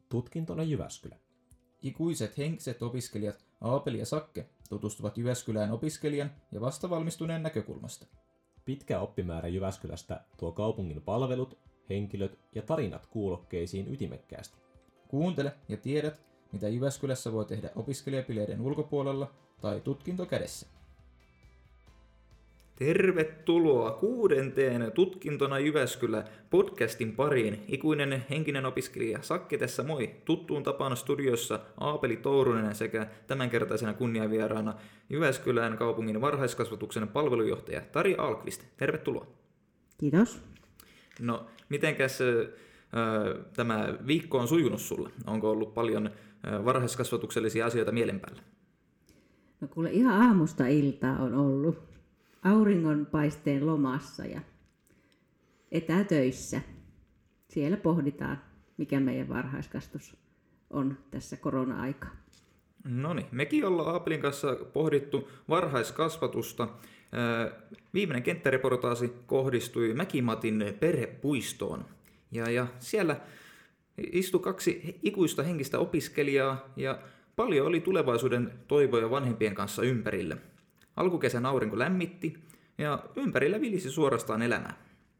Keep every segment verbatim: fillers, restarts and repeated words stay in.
tutkintona Jyväskylä. Ikuiset henkiset opiskelijat Aapeli ja Sakke tutustuvat Jyväskylään opiskelijan ja vastavalmistuneen näkökulmasta. Pitkä oppimäärä Jyväskylästä tuo kaupungin palvelut, henkilöt ja tarinat kuulokkeisiin ytimekkäästi. Kuuntele ja tiedät, mitä Jyväskylässä voi tehdä opiskelijapileiden ulkopuolella tai tutkinto kädessä. Tervetuloa kuudenteen Tutkintona Jyväskylä podcastin pariin. Ikuinen henkinen opiskelija Sakke tässä moi. Tuttuun tapaan studiossa Aapeli Tourunen sekä tämänkertaisena kunniavieraana Jyväskylän kaupungin varhaiskasvatuksen palvelujohtaja Tarja Ahlqvist. Tervetuloa. Kiitos. No, mitenkäs äh, tämä viikko on sujunut sulla? Onko ollut paljon äh, varhaiskasvatuksellisia asioita mielen päällä? No kuule, ihan aamusta iltaa on ollut auringonpaisteen lomassa ja etätöissä. Siellä pohditaan, mikä meidän varhaiskasvatus on tässä korona-aikaa. No niin, mekin ollaan Aapelin kanssa pohdittu varhaiskasvatusta. Viimeinen kenttäreportaasi kohdistui Mäkimatin perhepuistoon. Ja, ja siellä istui kaksi ikuista henkistä opiskelijaa ja paljon oli tulevaisuuden toivoja vanhempien kanssa ympärillä. Alkukesän aurinko lämmitti ja ympärillä vilisi suorastaan elämää.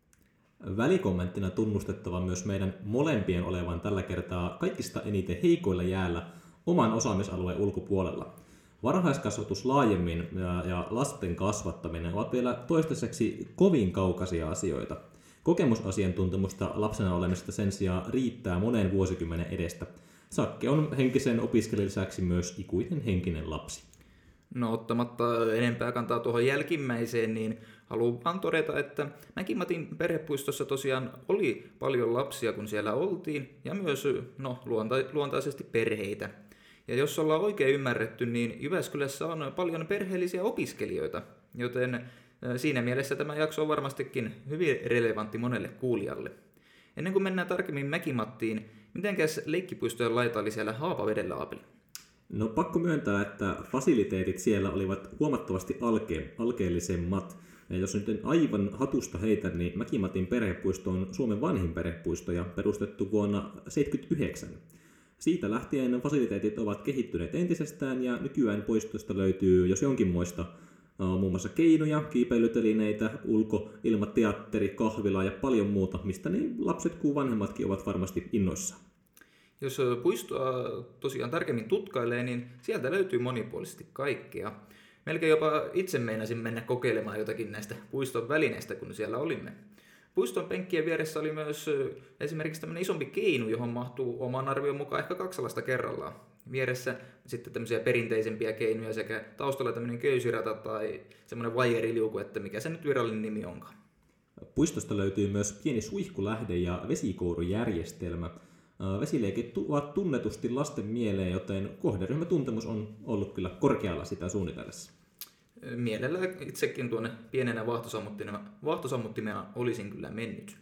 Välikommenttina tunnustettava myös meidän molempien olevan tällä kertaa kaikista eniten heikoilla jäällä oman osaamisalueen ulkopuolella. Varhaiskasvatus laajemmin ja, ja lasten kasvattaminen ovat vielä toistaiseksi kovin kaukaisia asioita. Kokemusasiantuntemusta lapsena olemisesta sen sijaan riittää monen vuosikymmenen edestä. Sakke on henkisen opiskelijan lisäksi myös ikuinen henkinen lapsi. No ottamatta enempää kantaa tuohon jälkimmäiseen, niin haluan vaan todeta, että Mäkimatin perhepuistossa tosiaan oli paljon lapsia, kun siellä oltiin, ja myös no, luonta- luontaisesti perheitä. Ja jos ollaan oikein ymmärretty, niin Jyväskylässä on paljon perheellisiä opiskelijoita, joten siinä mielessä tämä jakso on varmastikin hyvin relevantti monelle kuulijalle. Ennen kuin mennään tarkemmin Mäkimattiin, mitenkäs leikkipuistojen laita oli siellä Haapavedellä, Aapeli? No pakko myöntää, että fasiliteetit siellä olivat huomattavasti alke- alkeellisemmat. Ja jos nyt aivan hatusta heitä, niin Mäkimatin perhepuisto on Suomen vanhin perhepuisto ja perustettu vuonna tuhatyhdeksänsataaseitsemänkymmentäyhdeksän. Siitä lähtien fasiliteetit ovat kehittyneet entisestään ja nykyään puistosta löytyy jos jonkinmoista muun muassa keinoja, kiipeilytelineitä, ulkoilmateatteri, kahvila ja paljon muuta, mistä niin lapset kuin vanhemmatkin ovat varmasti innoissaan. Jos puistoa tosiaan tarkemmin tutkailee, niin sieltä löytyy monipuolisesti kaikkea. Melkein jopa itse meinasin mennä kokeilemaan jotakin näistä puiston välineistä, kun siellä olimme. Puiston penkkien vieressä oli myös esimerkiksi tämmöinen isompi keinu, johon mahtuu oman arvion mukaan ehkä kaksi lasta kerrallaan. Vieressä sitten tämmöisiä perinteisempiä keinuja sekä taustalla tämmöinen köysirata tai semmoinen vaijeriliuku, että mikä se nyt virallinen nimi onkaan. Puistosta löytyy myös pieni suihkulähde ja vesikourujärjestelmä. Vesileikit ovat tunnetusti lasten mieleen, joten kohderyhmätuntemus on ollut kyllä korkealla sitä suunnitellessa. Mielellä itsekin tuonne pienenä vaahtosammuttimena olisin kyllä mennyt.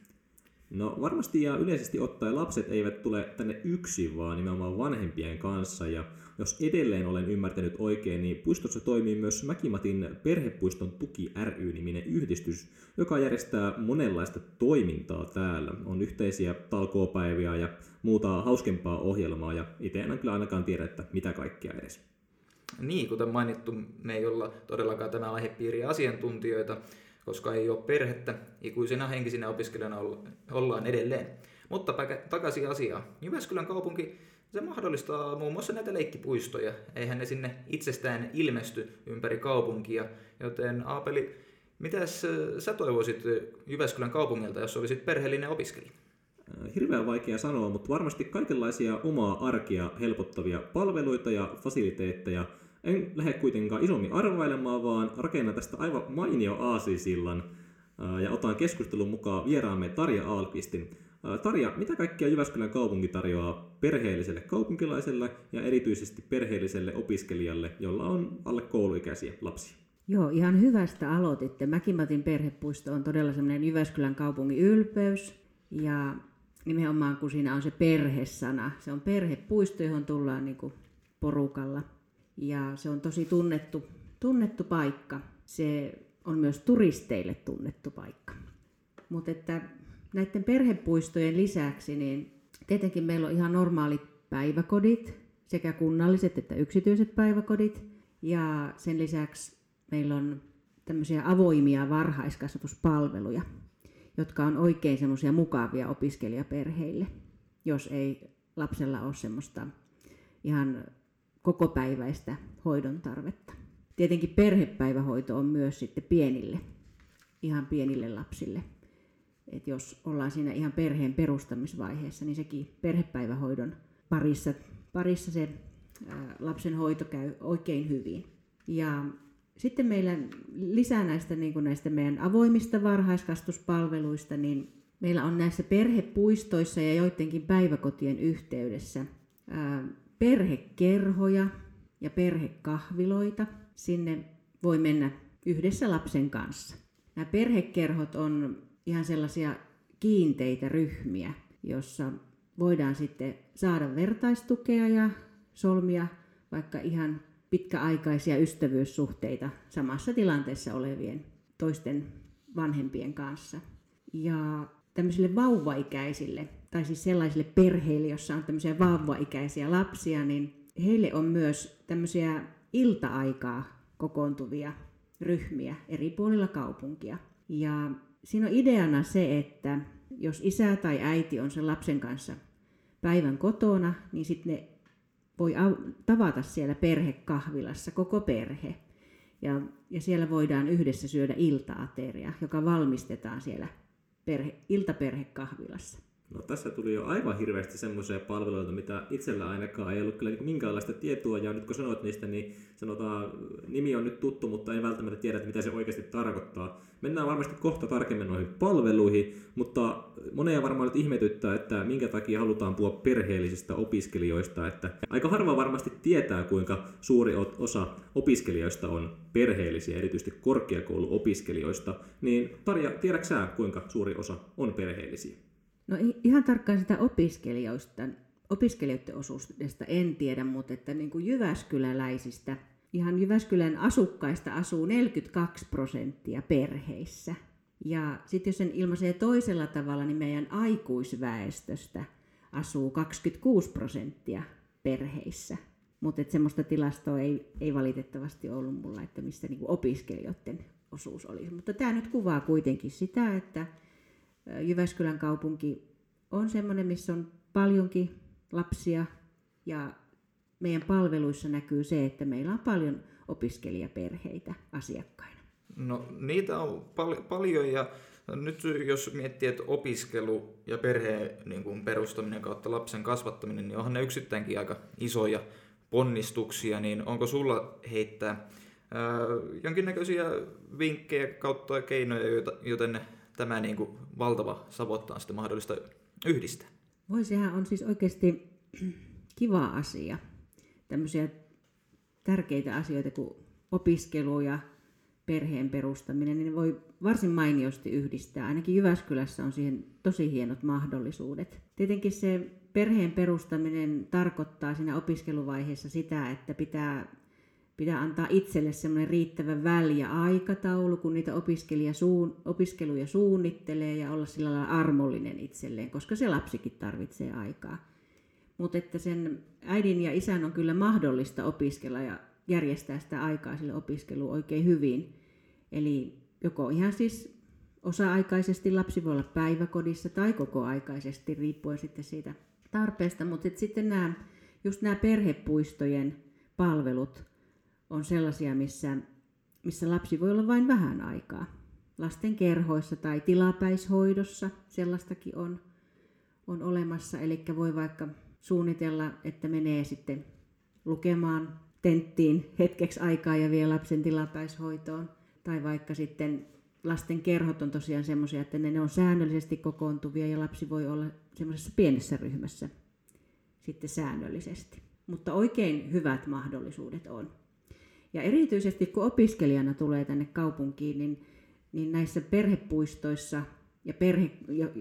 No varmasti ja yleisesti ottaen lapset eivät tule tänne yksin, vaan nimenomaan vanhempien kanssa. Ja jos edelleen olen ymmärtänyt oikein, niin puistossa toimii myös Mäkimatin perhepuiston tuki ry-niminen yhdistys, joka järjestää monenlaista toimintaa täällä. On yhteisiä talkoopäiviä ja muuta hauskempaa ohjelmaa, ja itse en kyllä ainakaan tiedä, että mitä kaikkea edes. Niin, kuten mainittu, me ei olla todellakaan tämä aihepiiri asiantuntijoita, koska ei ole perhettä, ikuisina henkisinä opiskelijana ollaan edelleen. Mutta takaisin asiaan. Jyväskylän kaupunki se mahdollistaa muun muassa näitä leikkipuistoja. Eihän ne sinne itsestään ilmesty ympäri kaupunkia. Joten Aapeli, mitäs sä toivoisit Jyväskylän kaupungilta, jos olisit perheellinen opiskelija? Hirveän vaikea sanoa, mutta varmasti kaikenlaisia omaa arkea helpottavia palveluita ja fasiliteetteja. En lähde kuitenkaan isommin arvailemaan, vaan rakennan tästä aivan mainio aasisillan ja otan keskustelun mukaan vieraamme Tarja Ahlqvistin. Tarja, mitä kaikkea Jyväskylän kaupunki tarjoaa perheelliselle kaupunkilaiselle ja erityisesti perheelliselle opiskelijalle, jolla on alle kouluikäisiä lapsia? Joo, ihan hyvästä aloititte. Mäkimatin perhepuisto on todella semmoinen Jyväskylän kaupungin ylpeys ja nimenomaan kun siinä on se perhesana. Se on perhepuisto, johon tullaan niin kuin porukalla. Ja se on tosi tunnettu, tunnettu paikka. Se on myös turisteille tunnettu paikka. Mutta että näiden perhepuistojen lisäksi, niin tietenkin meillä on ihan normaali päiväkodit, sekä kunnalliset että yksityiset päiväkodit. Ja sen lisäksi meillä on tämmöisiä avoimia varhaiskasvatuspalveluja, jotka on oikein semmoisia mukavia opiskelijaperheille, jos ei lapsella ole semmoista ihan kokopäiväistä hoidon tarvetta. Tietenkin perhepäivähoito on myös sitten pienille, ihan pienille lapsille. Et jos ollaan siinä ihan perheen perustamisvaiheessa, niin sekin perhepäivähoidon parissa, parissa se ää, lapsen hoito käy oikein hyvin. Ja sitten meillä lisää näistä, niin kuin näistä meidän avoimista varhaiskasvatuspalveluista, niin meillä on näissä perhepuistoissa ja joidenkin päiväkotien yhteydessä ää, perhekerhoja ja perhekahviloita. Sinne voi mennä yhdessä lapsen kanssa. Nämä perhekerhot on ihan sellaisia kiinteitä ryhmiä, jossa voidaan sitten saada vertaistukea ja solmia vaikka ihan pitkäaikaisia ystävyyssuhteita samassa tilanteessa olevien toisten vanhempien kanssa. Ja tämmöisille vauvaikäisille, tai siis sellaisille perheille, jossa on tämmöisiä vauvaikäisiä lapsia, niin heille on myös tämmöisiä ilta-aikaa kokoontuvia ryhmiä eri puolilla kaupunkia. Ja siinä on ideana se, että jos isä tai äiti on sen lapsen kanssa päivän kotona, niin sitten ne voi tavata siellä perhekahvilassa koko perhe. Ja, ja siellä voidaan yhdessä syödä ilta-ateria, joka valmistetaan siellä perhe, iltaperhekahvilassa. No tässä tuli jo aivan hirveästi semmoisia palveluita, mitä itsellä ainakaan ei ollut kyllä niin minkäänlaista tietoa, ja nyt kun sanoit niistä, niin sanotaan, nimi on nyt tuttu, mutta ei välttämättä tiedä, mitä se oikeasti tarkoittaa. Mennään varmasti kohta tarkemmin noihin palveluihin, mutta monia varmaan nyt ihmetyttää, että minkä takia halutaan puhua perheellisistä opiskelijoista, että aika harva varmasti tietää, kuinka suuri osa opiskelijoista on perheellisiä, erityisesti korkeakouluopiskelijoista, niin Tarja, tiedätkö sä, kuinka suuri osa on perheellisiä? No ihan tarkkaan sitä opiskelijoista, opiskelijoiden osuudesta en tiedä, mutta että niin kuin jyväskyläläisistä, ihan Jyväskylän asukkaista asuu neljäkymmentäkaksi prosenttia perheissä. Ja sitten jos sen ilmaisee toisella tavalla, niin meidän aikuisväestöstä asuu kaksikymmentäkuusi prosenttia perheissä. Mutta semmoista tilastoa ei, ei valitettavasti ollut mulla, että missä niin kuin opiskelijoiden osuus olisi. Mutta tämä nyt kuvaa kuitenkin sitä, että Jyväskylän kaupunki on semmoinen, missä on paljonkin lapsia, ja meidän palveluissa näkyy se, että meillä on paljon opiskelijaperheitä asiakkaina. No niitä on pal- paljon, ja nyt jos miettii, että opiskelu ja perheen niin kuin perustaminen kautta lapsen kasvattaminen, niin onhan ne yksittäinkin aika isoja ponnistuksia, niin onko sulla heittää ää, jonkinnäköisiä vinkkejä kautta keinoja, joten tämä niin kuin valtava savotta on sitten mahdollista yhdistää? Voi, sehän on siis oikeasti kiva asia. Tämmöisiä tärkeitä asioita kuin opiskelu ja perheen perustaminen, niin voi varsin mainiosti yhdistää. Ainakin Jyväskylässä on siihen tosi hienot mahdollisuudet. Tietenkin se perheen perustaminen tarkoittaa siinä opiskeluvaiheessa sitä, että pitää Pitää antaa itselle semmoinen riittävän väljä aikataulu, kun niitä opiskeluja suunnittelee, ja olla sillä lailla armollinen itselleen, koska se lapsikin tarvitsee aikaa. Mutta että sen äidin ja isän on kyllä mahdollista opiskella ja järjestää sitä aikaa sille opiskeluun oikein hyvin. Eli joko ihan siis osa-aikaisesti lapsi voi olla päiväkodissa tai kokoaikaisesti, riippuen sitten siitä tarpeesta. Mutta sitten nämä, just nämä perhepuistojen palvelut on sellaisia, missä, missä lapsi voi olla vain vähän aikaa. Lastenkerhoissa tai tilapäishoidossa sellaistakin on, on olemassa. Eli voi vaikka suunnitella, että menee sitten lukemaan tenttiin hetkeksi aikaa ja vie lapsen tilapäishoitoon. Tai vaikka sitten lastenkerhot on tosiaan semmoisia, että ne, ne on säännöllisesti kokoontuvia ja lapsi voi olla semmoisessa pienessä ryhmässä sitten säännöllisesti. Mutta oikein hyvät mahdollisuudet on. Ja erityisesti kun opiskelijana tulee tänne kaupunkiin, niin, niin näissä perhepuistoissa, ja perhe,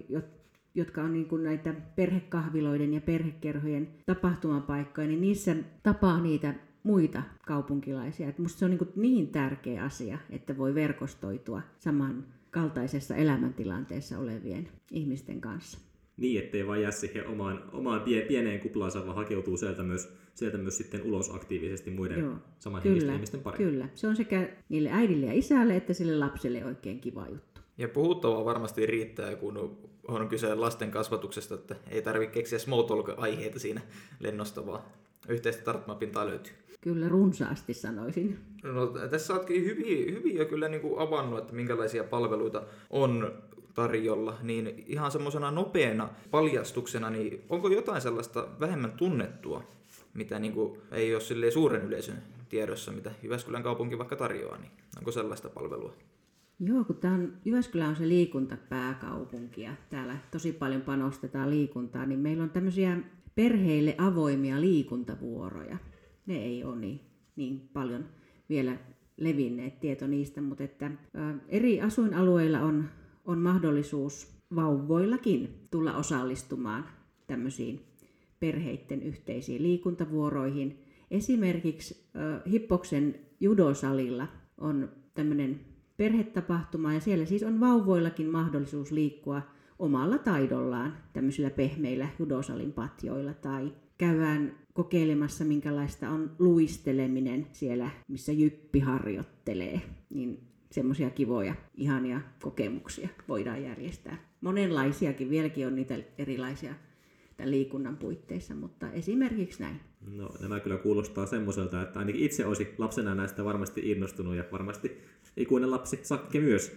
jotka on niin kuin näitä perhekahviloiden ja perhekerhojen tapahtumapaikkoja, niin niissä tapaa niitä muita kaupunkilaisia. Et musta se on niin kuin niin tärkeä asia, että voi verkostoitua samankaltaisessa elämäntilanteessa olevien ihmisten kanssa. niin, ettei vaan jää siihen omaan, omaan pieneen kuplaansa, vaan hakeutuu sieltä myös, sieltä myös sitten ulos aktiivisesti muiden Joo, samanhenkisten ihmisten pariin. Kyllä, se on sekä niille äidille ja isälle että sille lapselle oikein kiva juttu. Ja puhuttavaa varmasti riittää, kun on kyse lasten kasvatuksesta, että ei tarvitse keksiä small talk-aiheita siinä lennosta, vaan yhteistä tarttumapintaa löytyy. Kyllä runsaasti sanoisin. No, tässä oletkin hyvin, hyvin jo kyllä niin kuin avannut, että minkälaisia palveluita on tarjolla, niin ihan semmoisena nopeana paljastuksena, niin onko jotain sellaista vähemmän tunnettua, mitä niin kuin ei ole silleen suuren yleisön tiedossa, mitä Jyväskylän kaupunki vaikka tarjoaa, niin onko sellaista palvelua? Joo, kun tämä on, Jyväskylä on se liikuntapääkaupunki ja täällä tosi paljon panostetaan liikuntaan, niin meillä on tämmöisiä perheille avoimia liikuntavuoroja. Ne ei ole niin, niin paljon vielä levinneet tieto niistä, mutta että, ä, eri asuinalueilla on, on mahdollisuus vauvoillakin tulla osallistumaan tämmöisiin perheiden yhteisiin liikuntavuoroihin. Esimerkiksi ä, Hippoksen judosalilla on tämmöinen perhetapahtuma ja siellä siis on vauvoillakin mahdollisuus liikkua omalla taidollaan tämmöisillä pehmeillä judosalin patjoilla tai käydään kokeilemassa, minkälaista on luisteleminen siellä, missä jyppi harjoittelee. Niin semmoisia kivoja, ihania kokemuksia voidaan järjestää. Monenlaisiakin, vieläkin on niitä erilaisia tämän liikunnan puitteissa, mutta esimerkiksi näin. No, nämä kyllä kuulostaa semmoiselta, että ainakin itse olisi lapsena näistä varmasti innostunut ja varmasti ikuinen lapsi Sakke myös.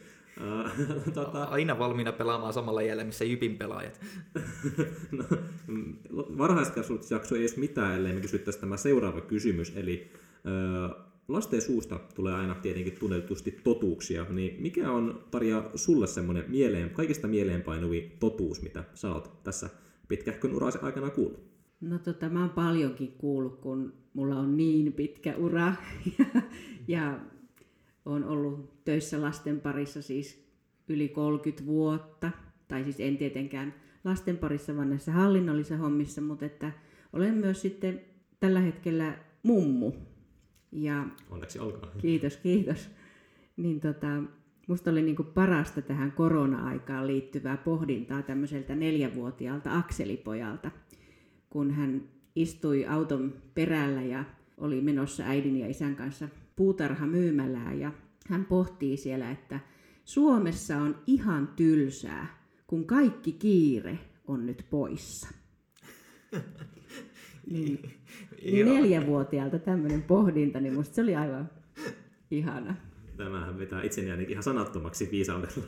Uh, tota... Aina valmiina pelaamaan samalla jäljellä, missä Jypin pelaajat. No, varhaiskasvatusjakso ei edes mitään, ellei me kysyttäisiin tämä seuraava kysymys. Eli uh, lasten suusta tulee aina tietenkin tunnetusti totuuksia. Niin mikä on, Tarja, sulle semmoinen mieleen, kaikista mieleenpainuvin totuus, mitä sä oot tässä pitkähkön urasi aikana kuullut? No tota, mä oon paljonkin kuullut, kun mulla on niin pitkä ura. ja, ja olen ollut töissä lasten parissa siis yli kolmekymmentä vuotta, tai siis en tietenkään lasten parissa, vaan näissä hallinnollisissa hommissa, mutta että olen myös sitten tällä hetkellä mummu. Ja onneksi olkaa. Kiitos, kiitos. Niin tota, musta oli niinku parasta tähän korona-aikaan liittyvää pohdintaa tämmöiseltä neljävuotiaalta Akselipojalta, kun hän istui auton perällä ja oli menossa äidin ja isän kanssa puutarhamyymälään ja hän pohtii siellä, että Suomessa on ihan tylsää, kun kaikki kiire on nyt poissa. niin, niin neljävuotiaalta tämmöinen pohdinta, niin musta se oli aivan ihana. Tämähän vetää itseni ainakin ihan sanattomaksi viisaudella.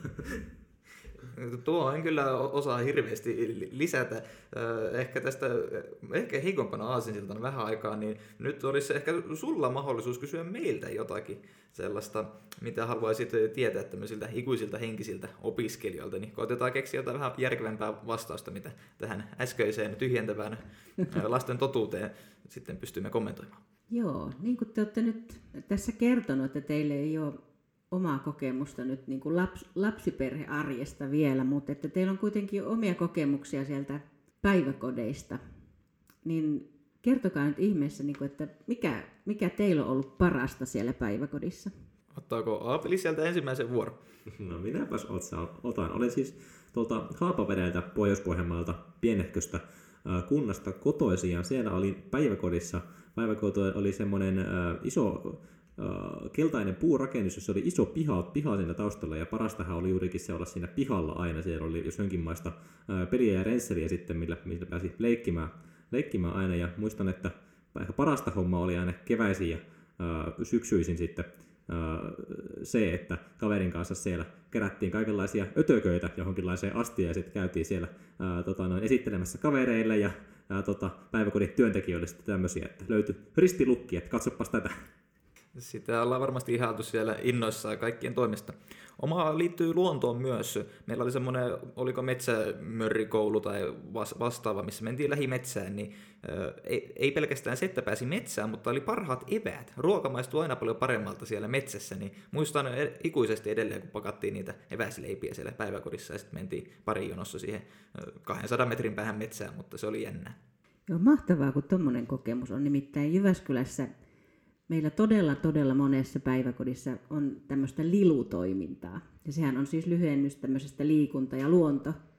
Tuo en kyllä osaa hirveästi lisätä. Ehkä tästä ehkä heikompana aasinsiltana vähän aikaa, niin nyt olisi ehkä sulla mahdollisuus kysyä meiltä jotakin sellaista, mitä haluaisit tietää tämmöisiltä ikuisilta henkisiltä opiskelijoilta. Niin koitetaan keksiä jotain vähän järkevämpää vastausta, mitä tähän äskeiseen tyhjentävään lasten totuuteen sitten pystymme kommentoimaan. Joo, niin kuin te olette nyt tässä kertonut, että teille ei ole omaa kokemusta nyt niin kuin laps, lapsiperhearjesta vielä, mutta että teillä on kuitenkin omia kokemuksia sieltä päiväkodeista, niin kertokaa nyt ihmeessä, niin kuin, että mikä, mikä teillä on ollut parasta siellä päiväkodissa? Ottaako Aapeli sieltä ensimmäisen vuoron? No minäpäs otan. Olen siis tuolta Haapavedeltä Pohjois-Pohjanmaalta pienehköstä äh, kunnasta kotoisin ja siellä oli päiväkodissa, päiväkoti oli semmoinen äh, iso Uh, keltainen puurakennus, jossa oli iso piha, piha siinä taustalla, ja parastahan oli juurikin se olla siinä pihalla aina. Siellä oli jos jonkinlaista uh, peliä ja rensseliä sitten, millä, millä pääsi leikkimään, leikkimään aina. Ja muistan, että ehkä parasta hommaa oli aina keväisin ja uh, syksyisin sitten uh, se, että kaverin kanssa siellä kerättiin kaikenlaisia ötököitä johonkinlaiseen astiaan, ja sitten käytiin siellä uh, tota, noin esittelemässä kavereille ja uh, tota, päiväkodin työntekijöille sitten tämmöisiä, että löytyi ristilukki, että katsopas tätä. Sitä ollaan varmasti ihailtu siellä innoissaan kaikkien toimesta. Oma liittyy luontoon myös. Meillä oli semmoinen, oliko metsämörrikoulu tai vastaava, missä mentiin lähimetsään, niin ei, ei pelkästään se, että pääsi metsään, mutta oli parhaat eväät. Ruoka maistui aina paljon paremmalta siellä metsässä, niin muistan ikuisesti edelleen, kun pakattiin niitä eväsleipiä siellä päiväkodissa ja sitten mentiin pari jonossa siihen kahdensadan metrin päähän metsään, mutta se oli jännää. Joo, mahtavaa, kun tommoinen kokemus on. Nimittäin Jyväskylässä meillä todella, todella monessa päiväkodissa on tämmöistä lilutoimintaa. Ja sehän on siis lyhennys tämmöisestä liikunta- ja luontotoiminnasta.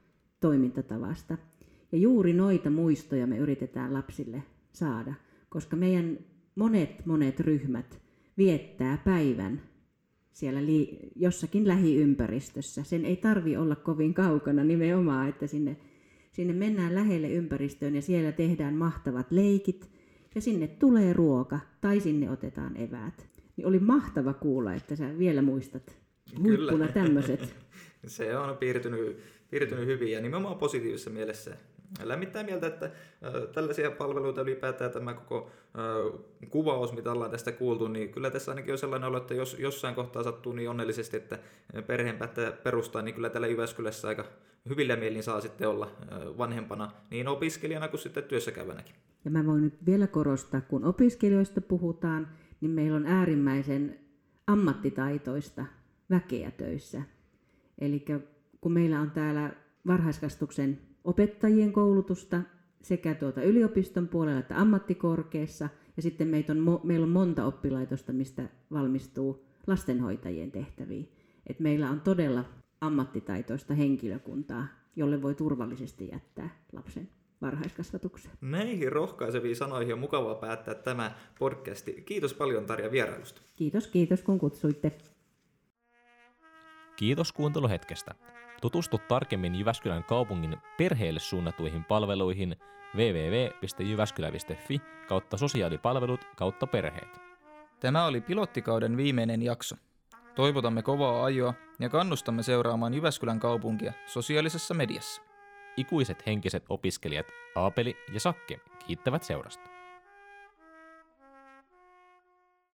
toimintatavasta. Ja juuri noita muistoja me yritetään lapsille saada, koska meidän monet monet ryhmät viettää päivän siellä li- jossakin lähiympäristössä. Sen ei tarvi olla kovin kaukana nimenomaan, että sinne, sinne mennään lähelle ympäristöön ja siellä tehdään mahtavat leikit ja sinne tulee ruoka tai sinne otetaan eväät. Niin oli mahtava kuulla, että sä vielä muistat huippuna tämmöiset. Se on piirtynyt, piirtynyt hyvin ja nimenomaan positiivisessa mielessä. Lämmittää mieltä, että äh, tällaisia palveluita ylipäätään tämä koko äh, kuvaus, mitä ollaan tästä kuultu, niin kyllä tässä ainakin on sellainen olo, että jos jossain kohtaa sattuu niin onnellisesti, että perheen päättää perustaa, niin kyllä täällä Jyväskylässä aika hyvillä mielin saa sitten olla äh, vanhempana niin opiskelijana kuin sitten työssäkäyvänäkin. Ja mä voin nyt vielä korostaa, kun opiskelijoista puhutaan, niin meillä on äärimmäisen ammattitaitoista väkeä töissä. Eli kun meillä on täällä varhaiskasvatuksen opettajien koulutusta sekä tuota yliopiston puolella että ammattikorkeassa, ja sitten meitä on, meillä on monta oppilaitosta, mistä valmistuu lastenhoitajien tehtäviin. Et meillä on todella ammattitaitoista henkilökuntaa, jolle voi turvallisesti jättää lapsen varhaiskasvatukseen. Näihin rohkaiseviin sanoihin on mukavaa päättää tämä podcasti. Kiitos paljon Tarja vierailusta. Kiitos, kiitos kun kutsuitte. Kiitos kuunteluhetkestä. Tutustu tarkemmin Jyväskylän kaupungin perheille suunnatuihin palveluihin double-u double-u double-u piste jyväskylä piste fi kautta sosiaalipalvelut kautta perheet. Tämä oli pilottikauden viimeinen jakso. Toivotamme kovaa ajoa ja kannustamme seuraamaan Jyväskylän kaupunkia sosiaalisessa mediassa. Ikuiset henkiset opiskelijat Aapeli ja Sakke kiittävät seurasta.